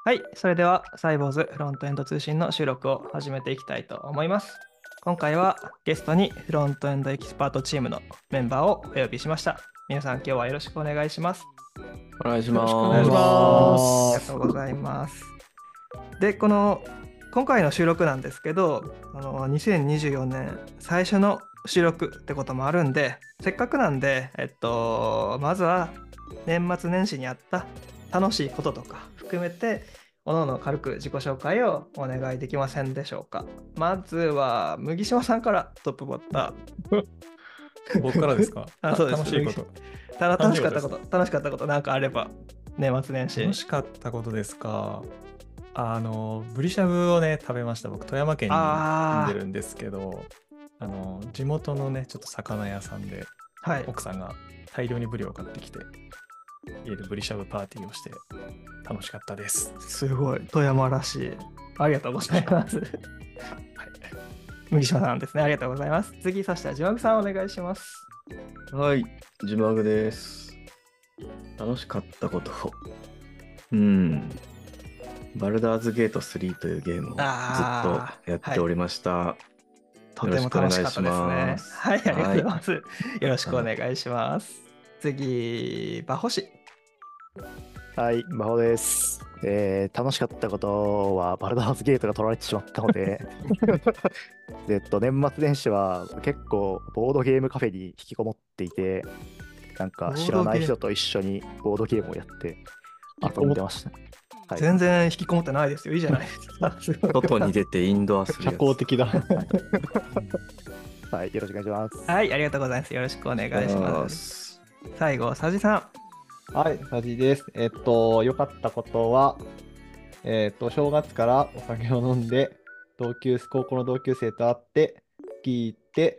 はい、それではサイボーズフロントエンド通信の収録を始めていきたいと思います。今回はゲストにフロントエンドエキスパートチームのメンバーをお呼びしました。皆さん今日はよろしくお願いします。 お願いしよろしくお願いしままありす。 がとうございます。で、今回の収録なんですけど、2024年最初の収録ってこともあるんで、せっかくなんで、まずは年末年始にあった楽しいこととか含めて、おのおの軽く自己紹介をお願いできませんでしょうか。まずは麦島さんからトップバッタ僕からですか？ ー。そうです。 楽しいこと。 楽しかったことなんかあれば、年末年始。 楽しかったことですか？ブリしゃぶをね、食べました。僕、富山県に住んでるんですけど、地元のね、ちょっと魚屋さんで、 はい。 奥さんが大量にブリを買ってきて、家でブリしゃぶパーティーをして楽しかったです。 すごい、富山らしい。ありがとうございます。 はい。 麦島さんですね。ありがとうございます。次、そしたら、ジマグさんお願いします。 はい、ジマグです。楽しかったこと。バルダーズゲート3というゲームをずっとやっておりました。 とても楽しかったですね。はい、ありがとうございます。よろしくお願いします。次、バホシ。 はい、魔法です。楽しかったことは、バルダーズゲートが取られてしまったので、年末年始は結構ボードゲームカフェに引きこもっていて、なんか知らない人と一緒にボードゲームをやって遊んでました。 はい、全然引きこもってないですよ。いいじゃないですか。 外に出てインドアするやつ。 社交的だ。はい、よろしくお願いします。 はい、ありがとうございます。よろしくお願いします。最後、佐治さん。はい、佐治です。良かったことは、正月からお酒を飲んで、高校の同級生と会って、スキー行って、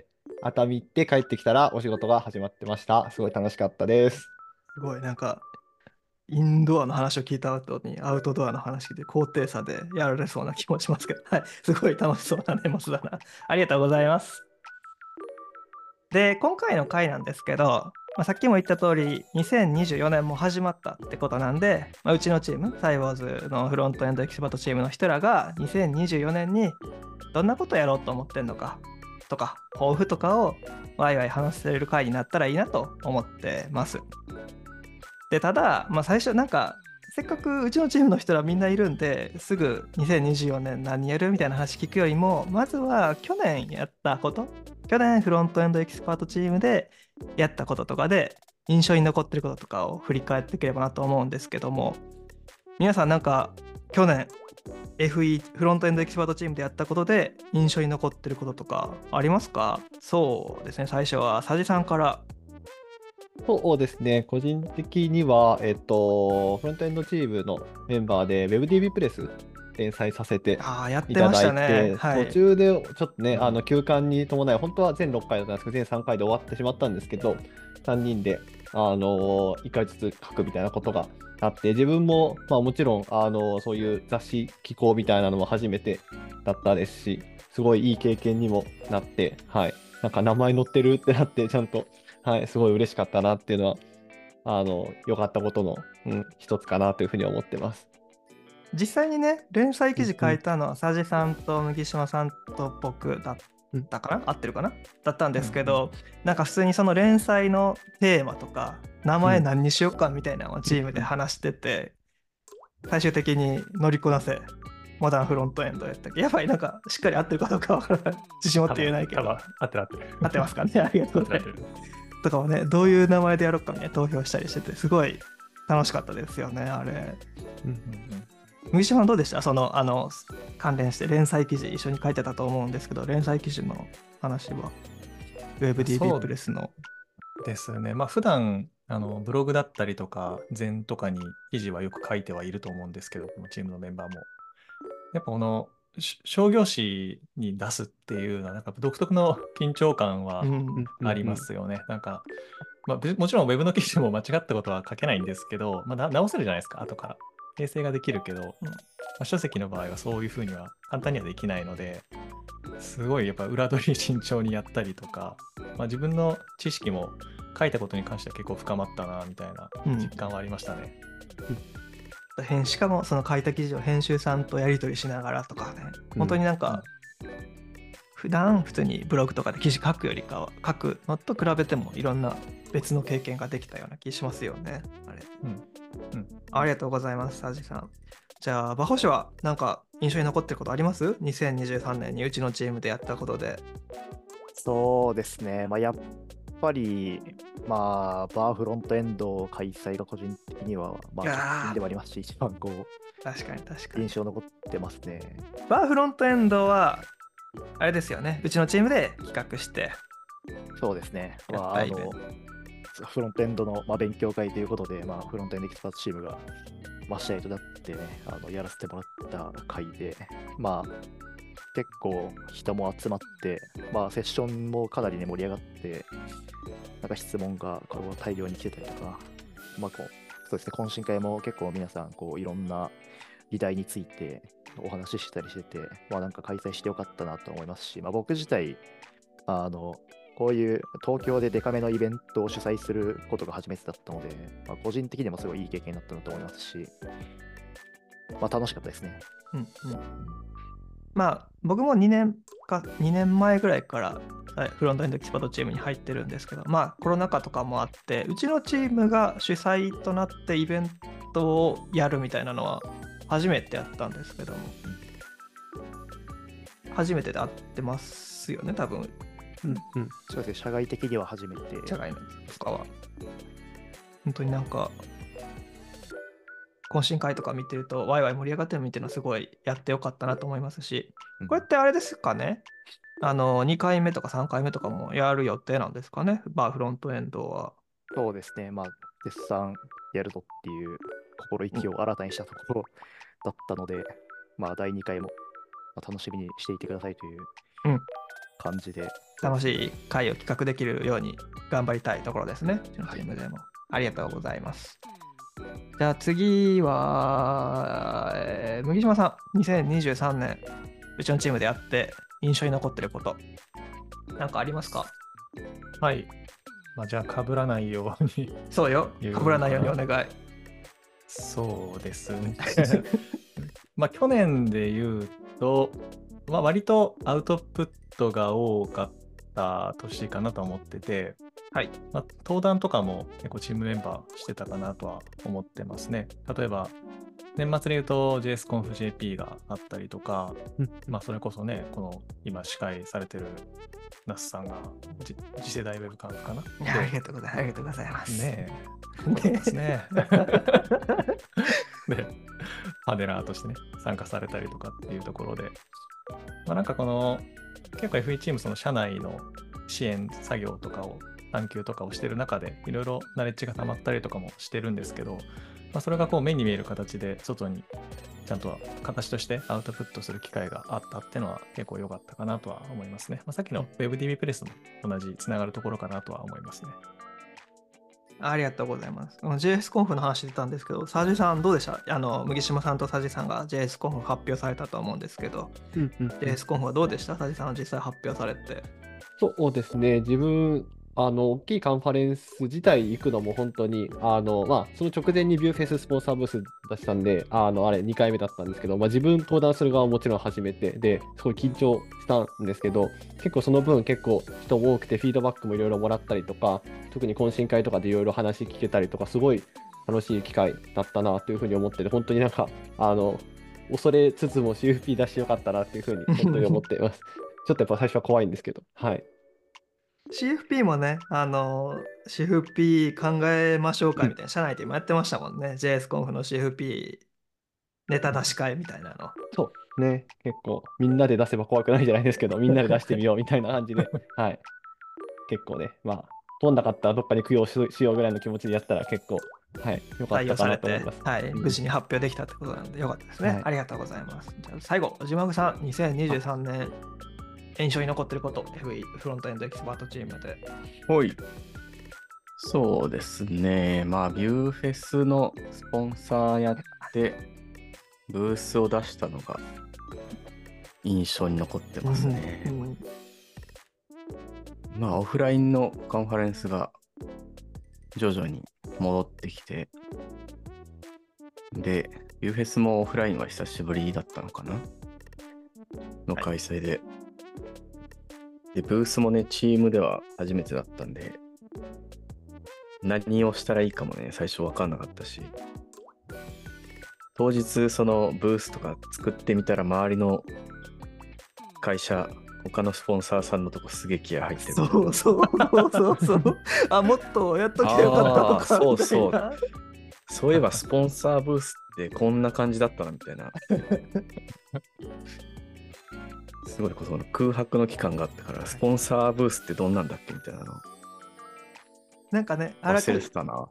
熱海行って帰ってきたらお仕事が始まってました。すごい楽しかったです。 すごい、なんか、インドアの話を聞いた後にアウトドアの話で高低差でやられそうな気もしますけど、はい、すごい楽しそうな年末だな。ありがとうございます。で、今回の回なんですけど、さっきも言った通り、2024年も始まったってことなんで、うちのチーム、サイボーズのフロントエンドエキスパートチームの人らが2024年にどんなことやろうと思ってんのかとか、抱負とかをワイワイ話せる回になったらいいなと思ってます。で、ただ、最初なんか、せっかくうちのチームの人らみんないるんですぐ2024年何やるみたいな話聞くよりも、まずは去年やったこと、去年フロントエンドエキスパートチームでやったこととかで印象に残ってることとかを振り返っていければなと思うんですけども、皆さんなんか去年 FE フロントエンドエキスパートチームでやったことで印象に残ってることとかありますか？そうですね、最初は佐治さんから。 そうですね、個人的には、フロントエンドチームのメンバーで WebDB プレス連載させていただいて、途中でちょっとね、休館に伴い、本当は全6回だったんですけど、全3回で終わってしまったんですけど、3人で、1回ずつ書くみたいなことがあって、自分も、もちろん、そういう雑誌寄稿みたいなのも初めてだったですし、すごいいい経験にもなって、はい、なんか名前載ってるってなって、ちゃんと、はい、すごい嬉しかったなっていうのは、良かったことの、一つかなというふうに思ってます。 実際にね、連載記事書いたのは佐治さんと麦島さんと僕だったかな、合ってるかなだったんですけど、なんか普通にその連載のテーマとか名前何にしようかみたいなのをチームで話してて、最終的に乗りこなせモダンフロントエンドやったっけ。やばい、なんかしっかり合ってるかどうかわからない、自信持って言えないけど。 合ってる合ってますかね。ありがとうございます。とかをね、どういう名前でやろうかみたいな投票したりしてて、すごい楽しかったですよね、あれ。麦島さんどうでした？関連して連載記事一緒に書いてたと思うんですけど、連載記事の話は WebDB プレスのですね。普段ブログだったりとか禅とかに記事はよく書いてはいると思うんですけど、このチームのメンバーもやっぱこの商業誌に出すっていうのはなんか独特の緊張感はありますよね。なんか、もちろんウェブの記事も間違ったことは書けないんですけど、直せるじゃないですか、後から訂正ができるけど、書籍の場合はそういうふうには簡単にはできないので、すごいやっぱ裏取り慎重にやったりとか、自分の知識も書いたことに関しては結構深まったなみたいな実感はありましたね。 しかもその書いた記事を編集さんとやり取りしながらとかね、本当になんか、普段普通にブログとかで記事書くよりかは、書くのと比べてもいろんな別の経験ができたような気しますよね。あれ。ありがとうございます、サジさん。じゃあ、馬星はなんか印象に残ってることあります？ 2023 年にうちのチームでやったことで。 そうですね。やっぱり、バーフロントエンド開催が個人的には、直近ではありますし、一番確かに印象残ってますね。 バーフロントエンドは、あれですよね。うちのチームで企画して。 そうですね。フロントエンドの、勉強会ということで、フロントエンドエキスパートチームが、試合となってね、やらせてもらった会で、結構人も集まって、セッションもかなりね、盛り上がって、なんか質問が大量に来てたりとか、そうですね、懇親会も結構皆さん、いろんな議題についてお話ししたりしてて、なんか開催してよかったなと思いますし、僕自体、こういう東京でデカめのイベントを主催することが初めてだったので、個人的にもすごいいい経験になったなと思いますし、楽しかったですね。 僕も2年前ぐらいからフロントエンドエキスパートチームに入ってるんですけど、コロナ禍とかもあって、うちのチームが主催となってイベントをやるみたいなのは初めてやったんですけども、初めてで会ってますよね、多分。 そうですね、社外的には初めて。 社外のとかは。本当になんか、懇親会とか見てると、ワイワイ盛り上がってるの見てるのすごいやってよかったなと思いますし、これってあれですかね、2回目とか3回目とかもやる予定なんですかね、バーフロントエンドは。 そうですね、絶賛やるぞっていう心意気を新たにしたところだったので、第2回も楽しみにしていてくださいという感じで。 楽しい会を企画できるように頑張りたいところですね、うちのチームでも。ありがとうございます。じゃあ次は、麦島さん、2023年、うちのチームでやって印象に残ってること、なんかありますか？ はい。じゃあ、被らないように。 そうよ、被らないようにお願い。 そうですね。去年で言うと、割とアウトプットが多かった年かなと思ってて、はい。登壇とかも結構チームメンバーしてたかなとは思ってますね。例えば、年末で言うと JSConfJP があったりとか、それこそね、この今司会されてる那須さんが次世代ウェブカンフかな。 ありがとうございます。 ねえ。そうですね。で、パネラーとしてね、参加されたりとかっていうところで、なんかこの、結構 FE チームその社内の支援作業とかを、探究とかをしてる中で、いろいろナレッジが溜まったりとかもしてるんですけど、それがこう目に見える形で外にちゃんと形としてアウトプットする機会があったっていうのは結構良かったかなとは思いますね。さっきの WebDB プレスも同じつながるところかなとは思いますね。 ありがとうございます。JSConf の話出たんですけど、サジさんどうでした？麦島さんとサジさんが JSConf 発表されたと思うんですけど、JSConf はどうでした？サジさんは実際発表されて。 そうですね、自分、大きいカンファレンス自体行くのも本当に、その直前にビューフェススポンサーブース出したんで、あれ2回目だったんですけど、自分登壇する側はもちろん初めてで、すごい緊張したんですけど、結構その分結構人も多くてフィードバックもいろいろもらったりとか、特に懇親会とかでいろいろ話聞けたりとか、すごい楽しい機会だったなというふうに思ってて、本当になんか、恐れつつも CFP 出してよかったなっていうふうに本当に思っています。ちょっとやっぱ最初は怖いんですけど、はい。 CFP もね、CFP 考えましょうかみたいな、社内で今やってましたもんね。JSConf の CFP ネタ出し会みたいなの。 そうね、結構みんなで出せば怖くないじゃないですけど、みんなで出してみようみたいな感じで、はい。結構ね、通んなかったらどっかに供養しようぐらいの気持ちでやったら結構、はい、よかったかなと思います。 はい、無事に発表できたってことなんでよかったですね。はい、ありがとうございます。じゃあ最後、じまぐさん、2023年、印象に残ってること、FE フロントエンドエキスパートチームで。 はい。そうですね。ビューフェスのスポンサーやって、ブースを出したのが印象に残ってますね。オフラインのカンファレンスが徐々に戻ってきて、で、 ビューフェスもオフラインは久しぶりだったのかなの開催で。で、ブースもね、チームでは初めてだったんで、何をしたらいいかもね、最初分かんなかったし、当日そのブースとか作ってみたら周りの会社、他のスポンサーさんのとこすげえ気合入ってる。 そうそうそうそう。あ、もっとやっときゃよかったとか。 そうそう。そういえばスポンサーブースってこんな感じだったなみたいな。すごいその空白の期間があったから、スポンサーブースってどんなんだっけみたいなの。 なんかね、 忘れてたな。 はい。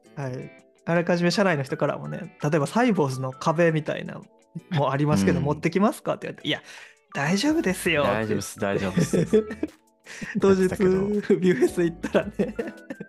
あらかじめ社内の人からもね、例えばサイボーズの壁みたいなもありますけど、持ってきますかって言われて、いや、大丈夫ですよ。 大丈夫です、大丈夫です。 当日、ビューフェス行ったらね。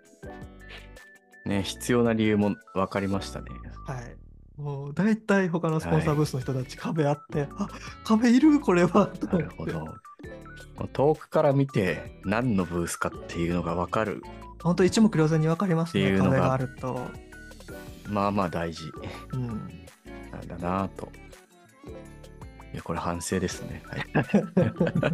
ね、必要な理由も分かりましたね。 はい。もう大体他のスポンサーブースの人たち壁あって、あ、壁いるこれは。 なるほど。遠くから見て何のブースかっていうのが分かる。 本当一目瞭然に分かりますね、壁があると。 まあまあ大事。 うん。 なんだなぁと。いや、これ反省ですね。はい、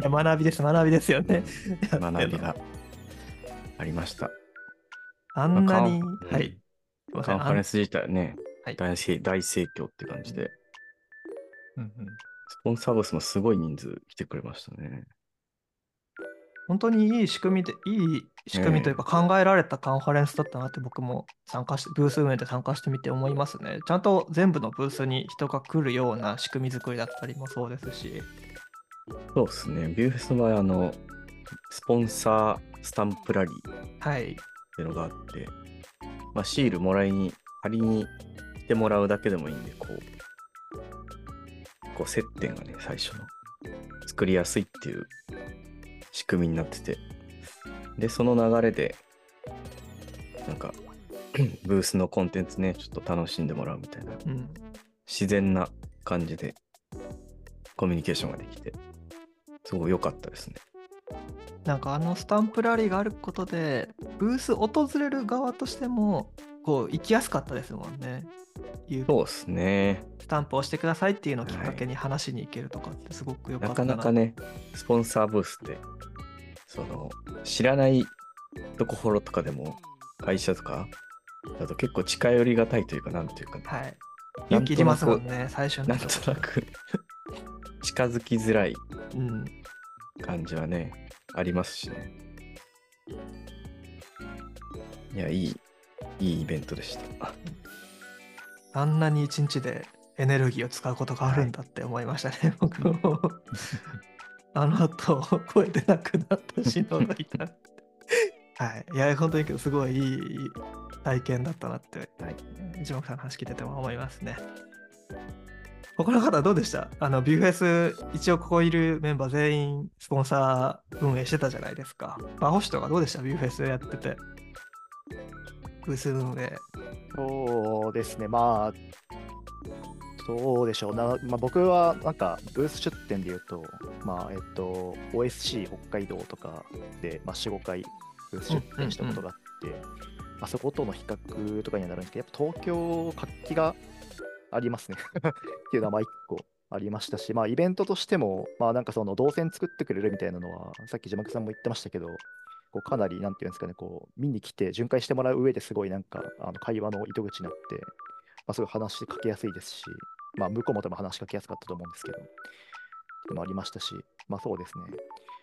学びです、学びですよね。 学びがありました。 あんなに、はい。 カンファレンス自体はね、 はい、 大盛況って感じで、 うんうん、 スポンサーブースもすごい人数来てくれましたね。 本当にいい仕組みというか考えられたカンファレンスだったなって僕もブース運営で参加してみて思いますね。ちゃんと全部のブースに人が来るような仕組み作りだったりもそうですし。 そうですね。ビューフェスの場合スポンサースタンプラリーっていうのがあって、まあ、シール貼りに来てもらうだけでもいいんで、こう接点がね、最初の作りやすいっていう仕組みになってて、でその流れでなんかブースのコンテンツね、ちょっと楽しんでもらうみたいな、自然な感じでコミュニケーションができてすごい良かったですね。 なんかスタンプラリーがあることでブース訪れる側としてもこう行きやすかったですもんね。 そうですね。 スタンプを押してくださいっていうのをきっかけに話しに行けるとかってすごく良かったな。 なかなかね、スポンサーブースって知らないところとかでも会社とかだと結構近寄りがたいというか、なんていうか、ね、 はい。勇気いりますもんね、最初の。 なんとなく近づきづらい感じはね、ありますしね。いや、いいイベントでした。 あんなに一日でエネルギーを使うことがあるんだって思いましたね、僕も。あの後、声出なくなったし、喉痛い。はい。いや、本当にすごいいい体験だったなって、一目さんの話聞いてても思いますね。他の方どうでした？ビューフェス、一応ここいるメンバー全員スポンサー運営してたじゃないですか。バホシとかどうでした？ビューフェスやってて。ブース運営。 そうですね、まあ、どうでしょうな、僕はなんかブース出店で言うと、OSC 北海道とかで、4、5回ブース出店したことがあって、そことの比較とかにはなるんですけど、やっぱ東京、活気がありますねっていうのは一個ありましたし、イベントとしても、なんかその動線作ってくれるみたいなのは、さっき字幕さんも言ってましたけど、かなり、なんていうんですかね、見に来て巡回してもらう上ですごいなんか会話の糸口になって、すごい話しかけやすいですし、向こうも多分話しかけやすかったと思うんですけど、でもありましたし、そうですね。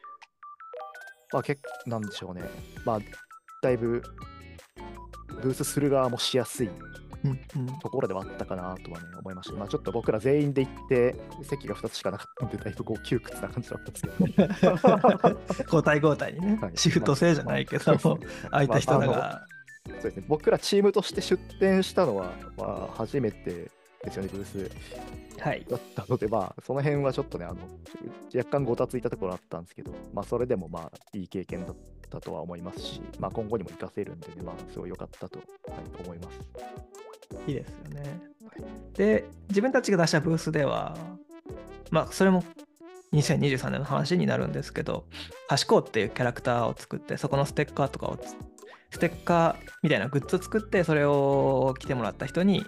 なんでしょうね。だいぶ、ブースする側もしやすいところではあったかなとはね、思いました。ちょっと僕ら全員で行って、席が2つしかなかったので、だいぶ窮屈な感じだったんですけど。 交代交代にね、シフト制じゃないけど、空いた人が。 そうですね、僕らチームとして出展したのは、初めてですよね、ブース。だったので、その辺はちょっとね、若干ごたついたところあったんですけど、それでもいい経験だったとは思いますし、今後にも活かせるんでね、すごい良かったと、思います。 いいですよね。で、自分たちが出したブースでは、それも2023年の話になるんですけど、ハシコウっていうキャラクターを作って、そこのステッカーみたいなグッズを作って、それを着てもらった人に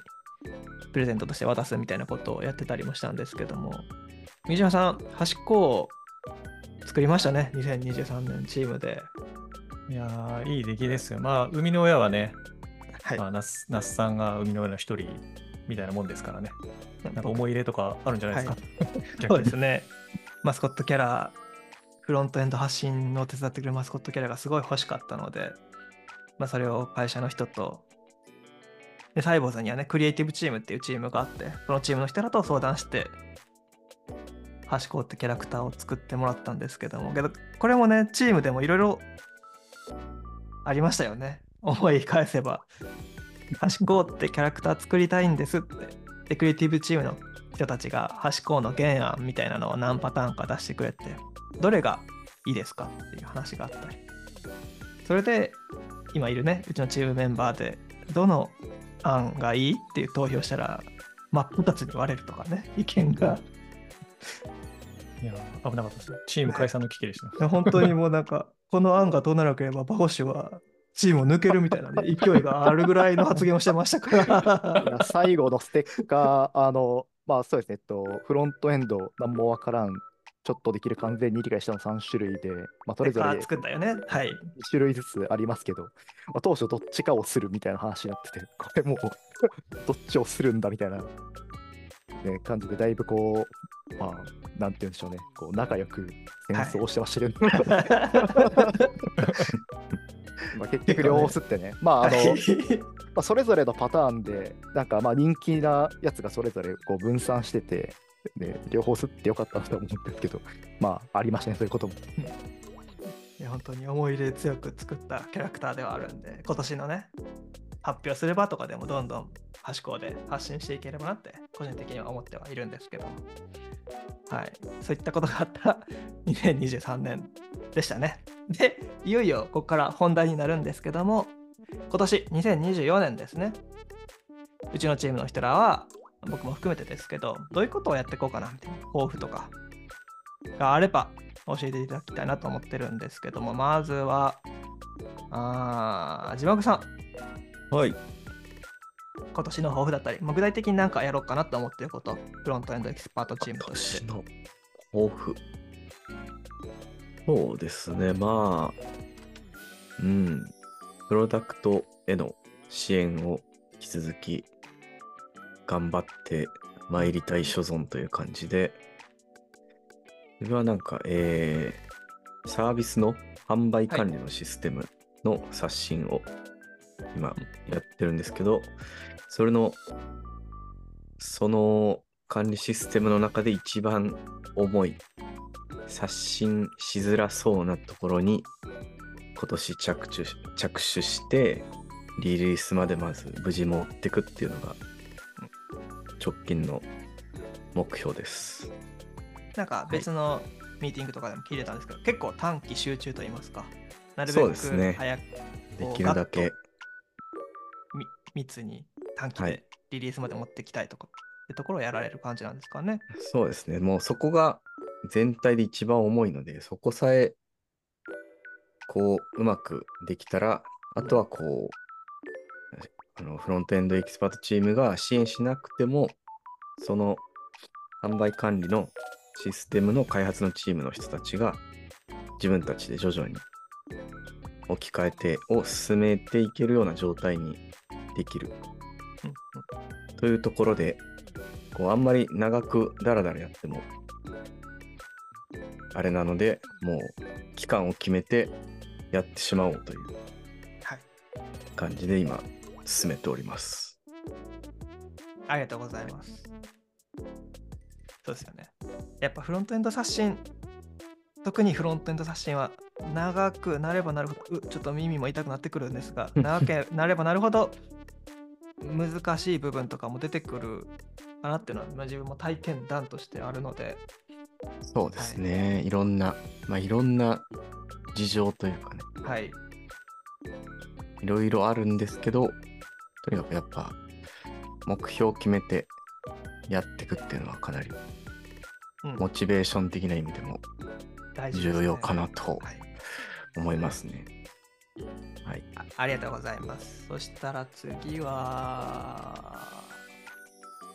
プレゼントとして渡すみたいなことをやってたりもしたんですけども、三島さん、端っこを作りましたね、2023年チームで。 いやー、いい出来ですよ。まあ、生みの親はね、 はい。 那須さんが生みの親の一人みたいなもんですからね。なんか思い入れとかあるんじゃないですか。 そうですね。マスコットキャラ、フロントエンド発信を手伝ってくれるマスコットキャラがすごい欲しかったので、それを会社の人と、で、サイボーズにはね、クリエイティブチームっていうチームがあって、そのチームの人らと相談して、ハシコってキャラクターを作ってもらったんですけども、これもね、チームでもいろいろありましたよね。思い返せば。ハシコってキャラクター作りたいんですって。で、クリエイティブチームの人たちがハシコの原案みたいなのを何パターンか出してくれて、どれがいいですかっていう話があったり。それで、今いるね、うちのチームメンバーで、どの案がいいっていう投票したら、真っ二つに割れるとかね、意見が。 いや、危なかったですね。チーム解散の危機でした。 本当にもうなんか、この案がどうならなければ、バホッシュはチームを抜けるみたいな、ね、勢いがあるぐらいの発言をしてましたから。 最後のステッカー、まあそうですね、フロントエンド、なんもわからん、ちょっとできる完全に理解したの3種類で、まあ、それぞれ作ったよね。はい。 2種類ずつありますけど、まあ、当初どっちかをするみたいな話になってて、これもうどっちをするんだみたいな、ね、感じで、だいぶこう、まあ、なんて言うんでしょうね、こう仲良く戦争をしてましたけど、まあ結局両方すってね、まあそれぞれのパターンで、なんかまあ人気なやつがそれぞれこう分散してて、ね、両方すってよかったなと思うんですけど、まあありましたね、そういうことも。 いや本当に思い入れ強く作ったキャラクターではあるんで、今年のね、発表すればとかでもどんどん端っこで発信していければなって個人的には思ってはいるんですけど、はい、そういったことがあった2023年でしたね。で、いよいよここから本題になるんですけども、今年2024年ですね。うちのチームの人らは、僕も含めてですけど、どういうことをやっていこうかなみたいな抱負とかがあれば教えていただきたいなと思ってるんですけども、まずは字幕さん。 はい。 今年の抱負だったり、具体的に何かやろうかなと思っていること、フロントエンドエキスパートチームとして。 今年の抱負。そうですね、まあ、プロダクトへの支援を引き続き頑張って参りたい所存という感じで、それはなんか、サービスの販売管理のシステムの刷新を今やってるんですけど、その管理システムの中で一番重い、刷新しづらそうなところに今年着手してリリースまでまず無事持ってくっていうのが直近の目標です。 なんか別のミーティングとかでも聞いてたんですけど、結構短期集中といいますか、なるべく早くできるだけ密に短期でリリースまで持っていきたいとかってところをやられる感じなんですかね。 そうですね。もうそこが全体で一番重いので、そこさえこううまくできたら、あとはこうフロントエンドエキスパートチームが支援しなくても、その販売管理のシステムの開発のチームの人たちが自分たちで徐々に置き換えてを進めていけるような状態にできるというところで、こうあんまり長くダラダラやってもあれなので、もう期間を決めてやってしまおうという感じで今進めております。 ありがとうございます。そうですよね。やっぱフロントエンド刷新、特にフロントエンド刷新は長くなればなるほど、ちょっと耳も痛くなってくるんですが、長くなればなるほど難しい部分とかも出てくるかなっていうのは、自分も体験談としてあるので。 そうですね。いろんな事情というかね。 はい。 いろいろあるんですけど、とにかくやっぱ目標を決めてやっていくっていうのはかなりモチベーション的な意味でも重要かなと思いますね。 はい。ありがとうございます。そしたら次は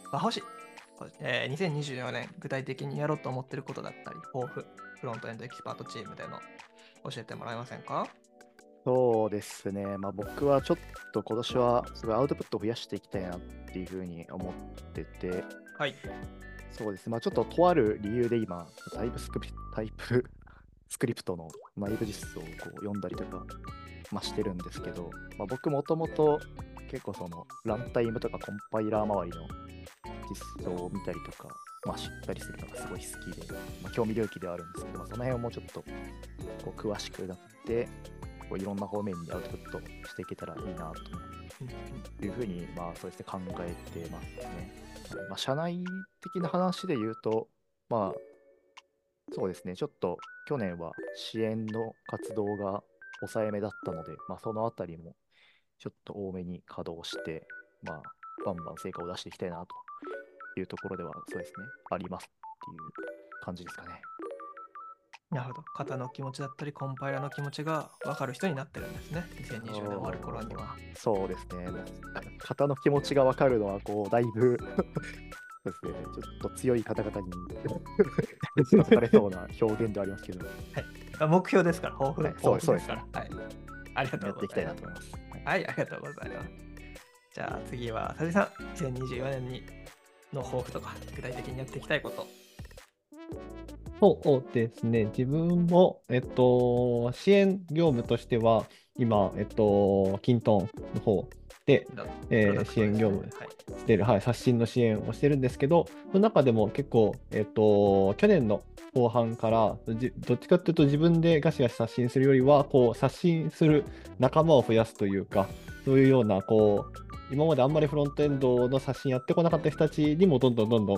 バホシ、2024年具体的にやろうと思ってることだったり、抱負、フロントエンドエキスパートチームでの教えてもらえませんか？ そうですね、僕はちょっと今年はすごいアウトプットを増やしていきたいなっていうふうに思ってて、 はい。 そうですね、ちょっととある理由で今、タイプスクリプトの内部実装をこう読んだりとか、してるんですけど、僕もともと結構そのランタイムとかコンパイラー周りの実装を見たりとか、知ったりするのがすごい好きで、興味領域ではあるんですけど、その辺をもうちょっとこう詳しくなって、こういろんな方面にアウトプットしていけたらいいなというふうに、そうですね、考えてますね。社内的な話で言うと、そうですね、ちょっと去年は支援の活動が抑えめだったので、そのあたりもちょっと多めに稼働して、バンバン成果を出していきたいなというところでは、そうですね、ありますっていう感じですかね。 なるほど。型の気持ちだったり、コンパイラの気持ちが分かる人になってるんですね。2020年終わる頃には。 そうですね。型の気持ちが分かるのは、だいぶそうですね、ちょっと強い方々に分かれそうな表現ではありますけど。 はい。目標ですから、抱負、 はい、 そうですから。 はい。ありがとうございます。 やっていきたいなと思います。 はい、ありがとうございます。じゃあ次は、佐治さん、2024年の抱負とか、具体的にやっていきたいこと。 そうですね。自分も、支援業務としては、今、キントンの方で、支援業務してる、刷新の支援をしてるんですけど、その中でも結構、去年の後半から、どっちかというと自分でガシガシ刷新するよりは、刷新する仲間を増やすというか、そういうような、今まであんまりフロントエンドの刷新やってこなかった人たちにもどんどん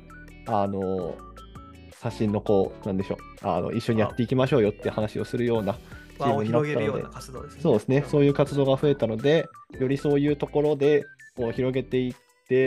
刷新のなんでしょう、一緒にやっていきましょうよって話をするようなチームになったので、 輪を広げるような活動ですね。 そうですね、そういう活動が増えたので、よりそういうところで広げていって、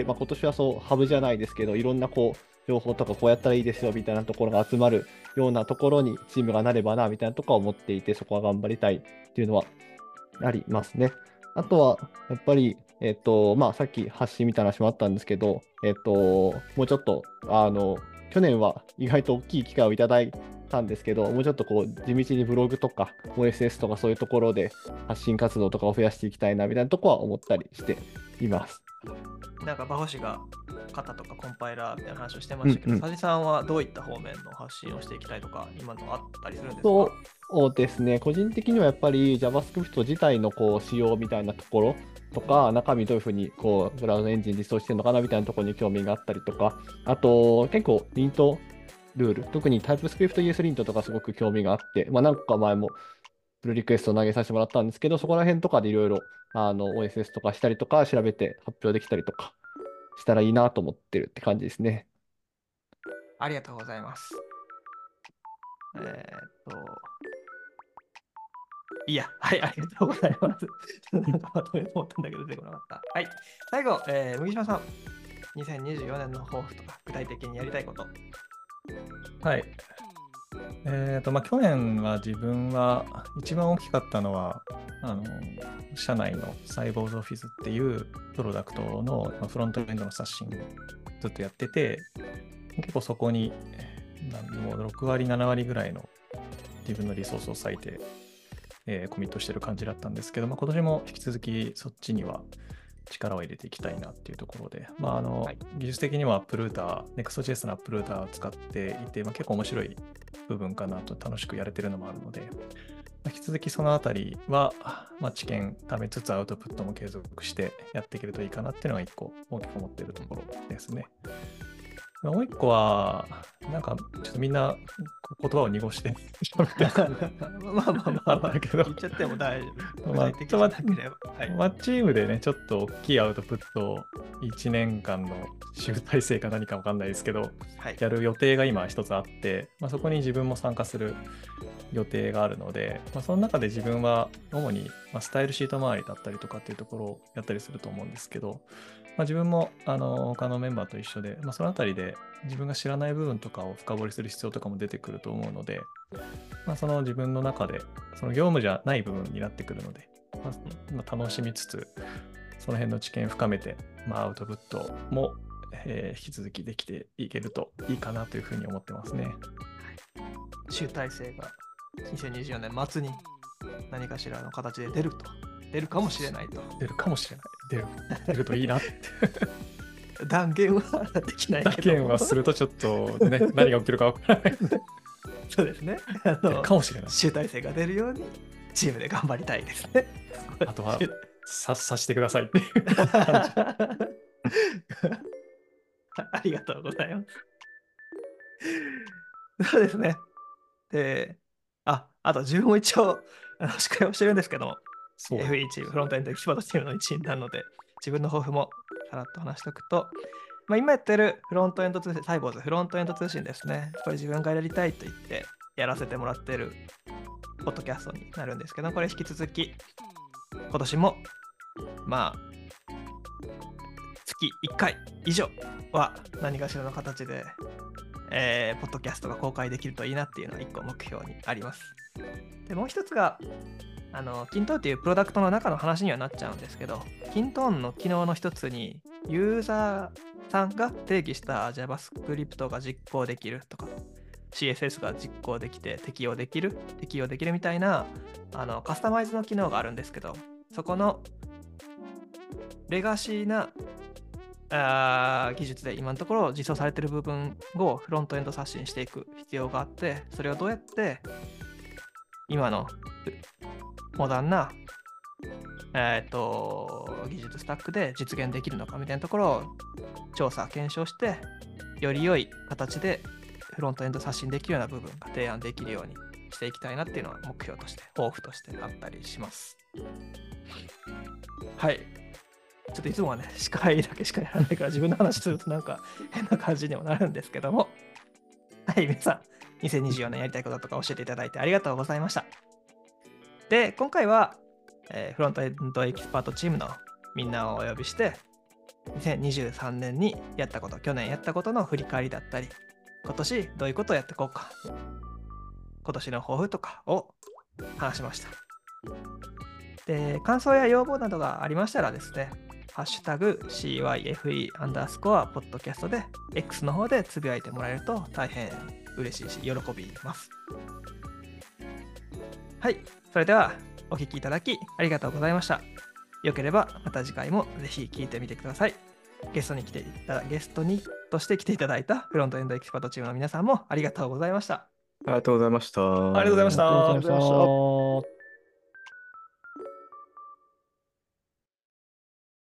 今年はハブじゃないですけど、いろんな情報とかこうやったらいいですよみたいなところが集まるようなところにチームがなればなみたいなところは思っていて、そこは頑張りたいっていうのはありますね。あとは、やっぱり、さっき発信みたいな話もあったんですけど、もうちょっと、去年は意外と大きい機会をいただいたんですけど、もうちょっと地道にブログとか OSS とかそういうところで発信活動とかを増やしていきたいなみたいなところは思ったりしています。 なんかバホシが型とかコンパイラーみたいな話をしてましたけど、佐治さんはどういった方面の発信をしていきたいとか、今のあったりするんですか？ そうですね、個人的にはやっぱり JavaScript 自体の仕様みたいなところとか、中身どういうふうにブラウザエンジン実装してるのかなみたいなところに興味があったりとか、あと結構リントルール、特に TypeScript.js リントとかすごく興味があって、何個か前もプルリクエストを投げさせてもらったんですけど、そこら辺とかでいろいろOSS とかしたりとか、調べて発表できたりとかしたらいいなと思ってるって感じですね。 ありがとうございます。いや、はい、ありがとうございます。なんかまとめようと思ったんだけど出てこなかった。はい、最後、麦島さん、2024年の抱負とか、具体的にやりたいこと。 はい。去年は自分は一番大きかったのは、社内のサイボーズオフィスっていうプロダクトのフロントエンドの刷新をずっとやってて、結構そこにもう6割、7割ぐらいの自分のリソースを割いて、コミットしてる感じだったんですけど、今年も引き続きそっちには力を入れていきたいなっていうところで、技術的にはアップルーター、Next.js のアップルーターを使っていて、結構面白い部分かなと楽しくやれてるのもあるので、引き続きそのあたりは、知見貯めつつアウトプットも継続してやっていけるといいかなっていうのが一個大きく思っているところですね。もう一個は、なんかちょっとみんな言葉を濁して喋ってだけど、言っちゃっても大丈夫。チームでね、ちょっと大きいアウトプットを1年間の集大成か何か分かんないですけど、やる予定が今一つあって、そこに自分も参加する予定があるので、その中で自分は主にスタイルシート周りだったりとかっていうところをやったりすると思うんですけど、自分も他のメンバーと一緒で、そのあたりで自分が知らない部分とかを深掘りする必要とかも出てくると思うので、その自分の中でその業務じゃない部分になってくるので、楽しみつつその辺の知見深めて、アウトプットも引き続きできていけるといいかなというふうに思ってますね。 集大成が2024年末に何かしらの形で出るかもしれないと。 出るかもしれない。出るといいなって。 断言はできないけど。 断言はするとちょっとね、何が起きるか分からないので。 そうですね。 かもしれない。 集大成が出るようにチームで頑張りたいですね。 あとはさしてくださいっていう感じ。 ありがとうございます。そうですね。で、あと自分も一応司会をしてるんですけども、FE チーム、フロントエンドエキスパートチームの一員なので、自分の抱負もさらっと話しておくと、今やってるフロントエンド通信、サイボーズフロントエンド通信ですね。これ自分がやりたいと言ってやらせてもらってるポッドキャストになるんですけど、これ引き続き今年も月1回以上は何かしらの形で、ポッドキャストが公開できるといいなっていうのが1個目標にあります。でもう一つがキントーンというプロダクトの中の話にはなっちゃうんですけど、キントーンの機能の一つにユーザーさんが定義した JavaScript が実行できるとか CSS が実行できて適用できるみたいなカスタマイズの機能があるんですけど、そこのレガシーな技術で今のところ実装されている部分をフロントエンド刷新していく必要があって、それをどうやって今のモダンな、技術スタックで実現できるのかみたいなところを調査検証して、より良い形でフロントエンド刷新できるような部分が提案できるようにしていきたいなっていうのは目標として抱負としてあったりします。はい、ちょっといつもはね司会だけしかやらないから自分の話するとなんか変な感じにもなるんですけども、はい、皆さん2024年やりたいこととか教えていただいてありがとうございました。で、今回は、フロントエンドエキスパートチームのみんなをお呼びして2023年にやったこと、去年やったことの振り返りだったり、今年どういうことをやっていこうか、今年の抱負とかを話しました。で、感想や要望などがありましたらですね、ハッシュタグ CYFE_podcast で X の方でつぶやいてもらえると大変嬉しいし喜びます。はい、それではお聞きいただきありがとうございました。よければまた次回もぜひ聞いてみてください。ゲストにとして来ていただいたフロントエンドエキスパートチームの皆さんもありがとうございました。 ありがとうございました。 ありがとうございました。 ありがとうございました。